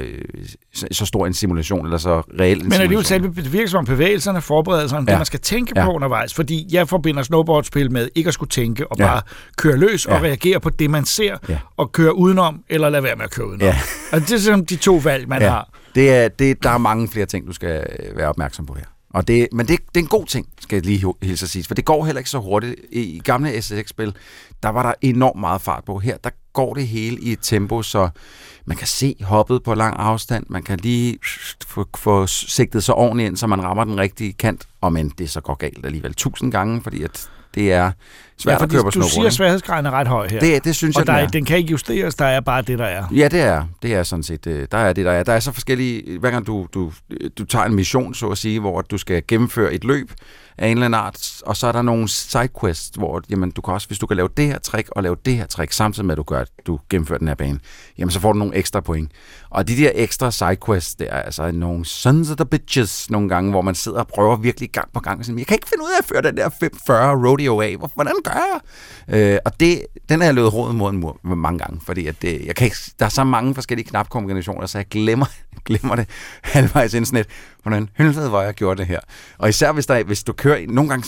S1: så stor en simulation, eller så reel en simulation.
S2: Men det virker som om bevægelserne forbereder sig om det, man skal tænke på undervejs, fordi jeg forbinder snowboardspil med ikke at skulle tænke, og bare køre løs og reagere på det, man ser, og køre udenom, eller lade være med at køre udenom. Og det er sådan de to valg, man har.
S1: Der er mange flere ting, du skal være opmærksom på her. Men det er en god ting, skal jeg lige hilse at sige, for det går heller ikke så hurtigt. I gamle SSX-spil, der var der enormt meget fart på. Her, der går det hele i et tempo, så man kan se hoppet på lang afstand, man kan lige få sigtet sig ordentligt ind, så man rammer den rigtige kant, og men det så går galt alligevel 1000 gange, fordi at det er svært at køre på snowboard.
S2: Du siger, at sværhedsgraden er ret høj her.
S1: Det synes jeg,
S2: og den kan ikke justeres, der er bare det, der er.
S1: Ja, det er sådan set, der er det, der er. Der er så forskellige, hver gang du tager en mission, så at sige, hvor du skal gennemføre et løb af en eller anden art, og så er der nogle sidequests, hvor jamen, du kan også, hvis du kan lave det her trick og lave det her trick, samtidig med, at du gennemfører den her bane, jamen så får du nogle ekstra point. Og de der ekstra sidequests, det er altså nogle sons of the bitches nogle gange, hvor man sidder og prøver virkelig gang på gang, og siger, jeg kan ikke finde ud af at føre den der 540 rodeo af, hvordan gør jeg? Og den har jeg løbet roden mod en mur mange gange, fordi at jeg kan ikke, der er så mange forskellige knapkombinationer, så jeg glemmer det halvvejs ind sådan et, hvordan helvede var jeg gjorde det her. Og især hvis du kører,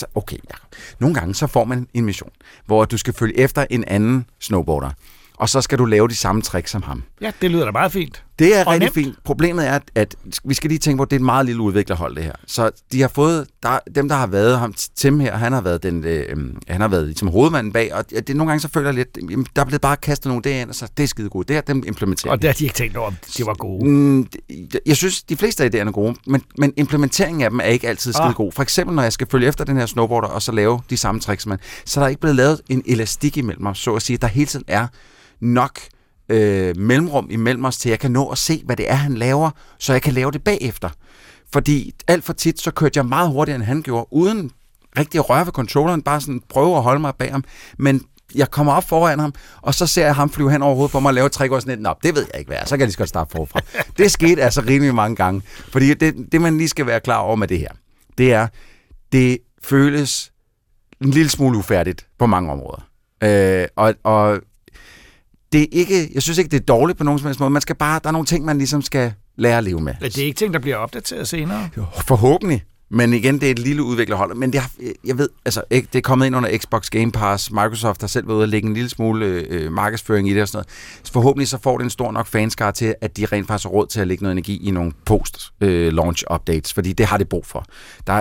S1: nogle gange så får man en mission, hvor du skal følge efter en anden snowboarder, og så skal du lave de samme tricks som ham.
S2: Ja, det lyder da meget fint.
S1: Det er rigtig fint. Problemet er, at vi skal lige tænke på, at det er et meget lille udviklerhold, det her. Så de har fået, dem der har været ham, Tim her, han har været ligesom hovedmanden bag, og det nogle gange så føler jeg lidt, der er blevet bare kastet nogle der ind, og så det er skide gode. Det har dem implementeret.
S2: Og det har de ikke tænkt over, om de var gode.
S1: Jeg synes, de fleste af idéerne er gode, men implementeringen af dem er ikke altid skide god. For eksempel, når jeg skal følge efter den her snowboarder, og så lave de samme tricks, så er der ikke blevet lavet en elastik imellem os, så at sige, der hele tiden er nok mellemrum imellem os, til jeg kan nå at se, hvad det er, han laver, så jeg kan lave det bagefter. Fordi alt for tit, så kørte jeg meget hurtigere, end han gjorde, uden rigtig at røre ved controlleren, bare sådan prøve at holde mig bag ham, men jeg kommer op foran ham, og så ser jeg ham flyve hen over hovedet på mig og lave et trick og sådan lidt, det ved jeg ikke, hvad er, så kan jeg lige så godt starte forfra. Det skete altså rimelig mange gange, fordi det man lige skal være klar over med det her, det er, det føles en lille smule ufærdigt på mange områder. Og det er ikke, jeg synes ikke, det er dårligt på nogen som helst måde. Man skal bare, der er nogle ting, man ligesom skal lære at leve med.
S2: Det er ikke ting, der bliver opdateret senere?
S1: Jo, forhåbentlig. Men igen, det er et lille udviklerhold. Men jeg ved, altså, det er kommet ind under Xbox Game Pass. Microsoft har selv været ude at lægge en lille smule markedsføring i det og sådan noget. Så forhåbentlig så får det en stor nok fanskare til, at de rent faktisk har råd til at lægge noget energi i nogle post-launch updates, fordi det har det brug for.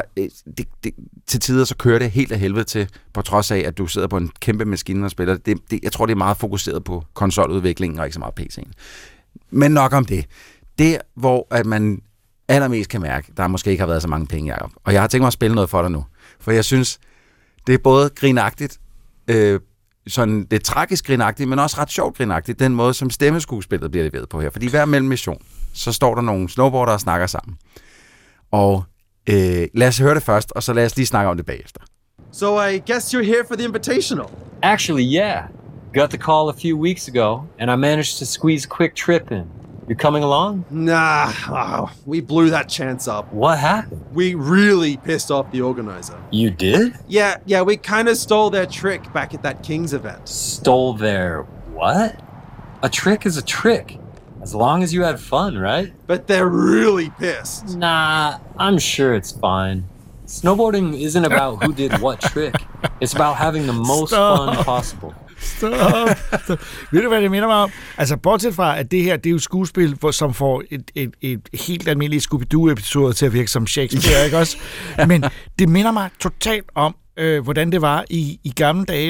S1: Til tider så kører det helt af helvede til, på trods af, at du sidder på en kæmpe maskine og spiller. Jeg tror, det er meget fokuseret på konsoludviklingen og ikke så meget PC'en. Men nok om det. Det, hvor at man allermest kan mærke, der måske ikke har været så mange penge, Jacob. Og jeg har tænkt mig at spille noget for dig nu. For jeg synes, det er både grinagtigt, sådan det tragisk grinagtigt, men også ret sjovt grinagtigt, den måde, som stemmeskuespillet bliver leveret på her. Fordi hver mellem mission, så står der nogle snowboardere og snakker sammen. Og lad os høre det først, og så lad os lige snakke om det bagefter.
S8: So I guess you're here for the Invitational.
S9: Actually, yeah. Got the call a few weeks ago, and I managed to squeeze a quick trip in. You coming along?
S8: Nah, we blew that chance up.
S9: What happened?
S8: We really pissed off the organizer.
S9: You did?
S8: Yeah, we kind of stole their trick back at that King's event.
S9: Stole their what? A trick is a trick. As long as you had fun, right?
S8: But they're really pissed.
S9: Nah, I'm sure it's fine. Snowboarding isn't about who did what trick. It's about having the most fun possible.
S2: Stop. Ved du, hvad det minder mig om? Altså, bortset fra, at det her, det er jo skuespil, som får et helt almindeligt Scooby-Doo-episode til at virke som Shakespeare, ikke også? Men det minder mig totalt om, hvordan det var i gamle dage, når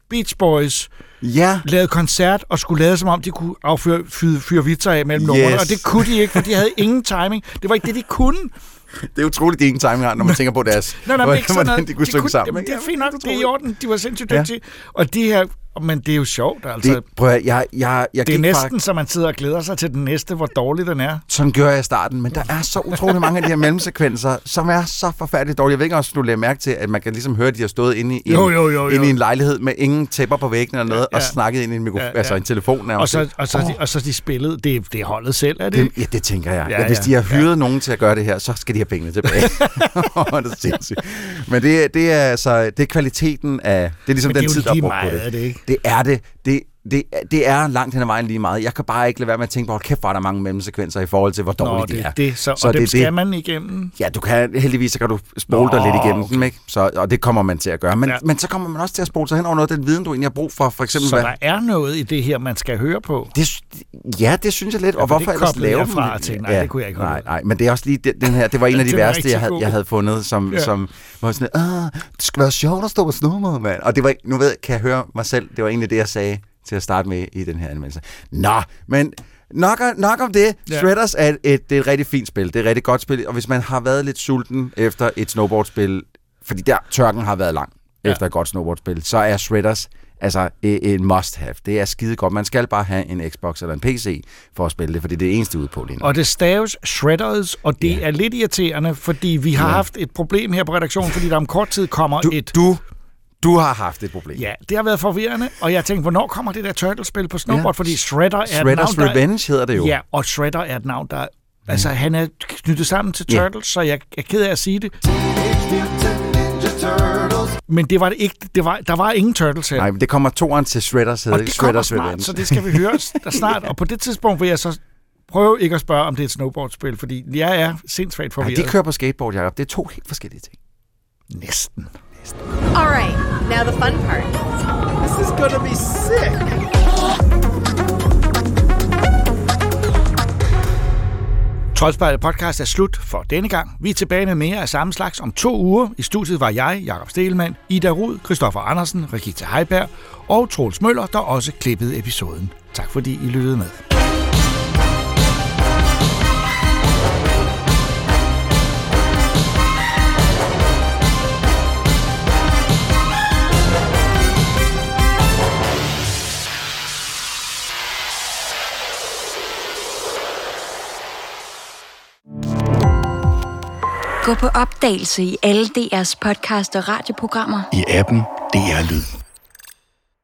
S2: Beach Boys
S1: Ja.
S2: lavede koncert og skulle lade som om, de kunne fyre vitser af mellem numrene, og det kunne de ikke, for de havde ingen timing. Det var ikke det, de kunne.
S1: Det er utroligt, de ingen timing har, når man tænker på deres...
S2: hvordan
S1: de kunne synge sammen.
S2: Det er fint nok, det er i orden. De var sindssygt dygtige. Og de her... Men det er jo sjovt, altså. Det er næsten, så man sidder og glæder sig til den næste, hvor dårlig den er.
S1: Sådan gør jeg i starten, men der er så utrolig mange af de her mellemsekvenser, som er så forfærdeligt dårlige. Jeg ved ikke også, du lægger mærke til, at man kan ligesom høre, at de har stået inde i en lejlighed med ingen tæpper på væggene eller noget, og snakket ind i en en telefon.
S2: Og så de spillede, det er holdet selv, er det?
S1: Ja, det tænker jeg. Hvis de har hyret nogen til at gøre det her, så skal de have pengene tilbage. Det er sindssygt. Men det er altså, det er kvaliteten af, det er ligesom den tid, der er brugt på det. Det er det. Det er langt hen ad vejen lige meget. Jeg kan bare ikke lade være med at tænke på, hvor kæft, var der mange mellemsekvenser i forhold til, hvor dårlige de er.
S2: Så dem skal man igennem?
S1: Ja, du kan heldigvis, så kan du spole dig lidt igennem dem, ikke? Og det kommer man til at gøre. Men så kommer man også til at spole sig hen over noget af den viden, du egentlig har brug for eksempel.
S2: Så der er noget i det her, man skal høre på?
S1: Det synes jeg lidt. Og hvorfor ellers lave dem?
S2: Nej, det kunne jeg ikke høre.
S1: Nej, men det er også lige den her, det var en af de værste, jeg havde fundet, som var sådan, det skal være sjovt at stå på snowboard, mand. Og det var, nu kan jeg høre mig selv, det var egentlig det, jeg sagde til at starte med i den her anmeldelse. Nå, men nok om det. Shredders er det er et rigtig fint spil. Det er et rigtig godt spil. Og hvis man har været lidt sulten efter et snowboardspil, fordi der tørken har været lang efter et godt snowboardspil, så er Shredders altså en must-have. Det er skide godt. Man skal bare have en Xbox eller en PC for at spille det, fordi det er det eneste ude på lige nu.
S2: Og det staves Shredders, og det er lidt irriterende, fordi vi har haft et problem her på redaktionen, fordi der om kort tid kommer
S1: Du har haft et problem.
S2: Ja, det har været forvirrende, og jeg tænkte, hvornår kommer det der Turtle-spil på snowboard? Fordi Shredder er et navn,
S1: Revenge hedder det jo.
S2: Ja, og Shredder er et navn, der... Altså, han er knyttet sammen til Turtles, så jeg er ked af at sige det. Men det var det ikke. Der var ingen Turtles her.
S1: Nej, men det kommer toeren til Shredders hedder.
S2: Og det kommer snart, så det skal vi høre der snart. Og på det tidspunkt vil jeg så prøve ikke at spørge, om det er et snowboardspil, fordi jeg er sindssygt forvirret.
S1: De kører på skateboard, Jacob. Det er to helt forskellige ting.
S2: Næsten.
S10: All right, now the fun part.
S8: This is gonna be sick.
S2: Troldspejlet podcast er slut for denne gang. Vi er tilbage med mere af samme slags om 2 uger. I studiet var jeg, Jakob Stegelmann, Ida Rud, Christoffer Andersen, Regita Heiberg og Troels Møller, der også klippede episoden. Tak fordi I lyttede med.
S11: Gå på opdagelse i alle DR's podcast og radioprogrammer.
S12: I appen DR Lyd.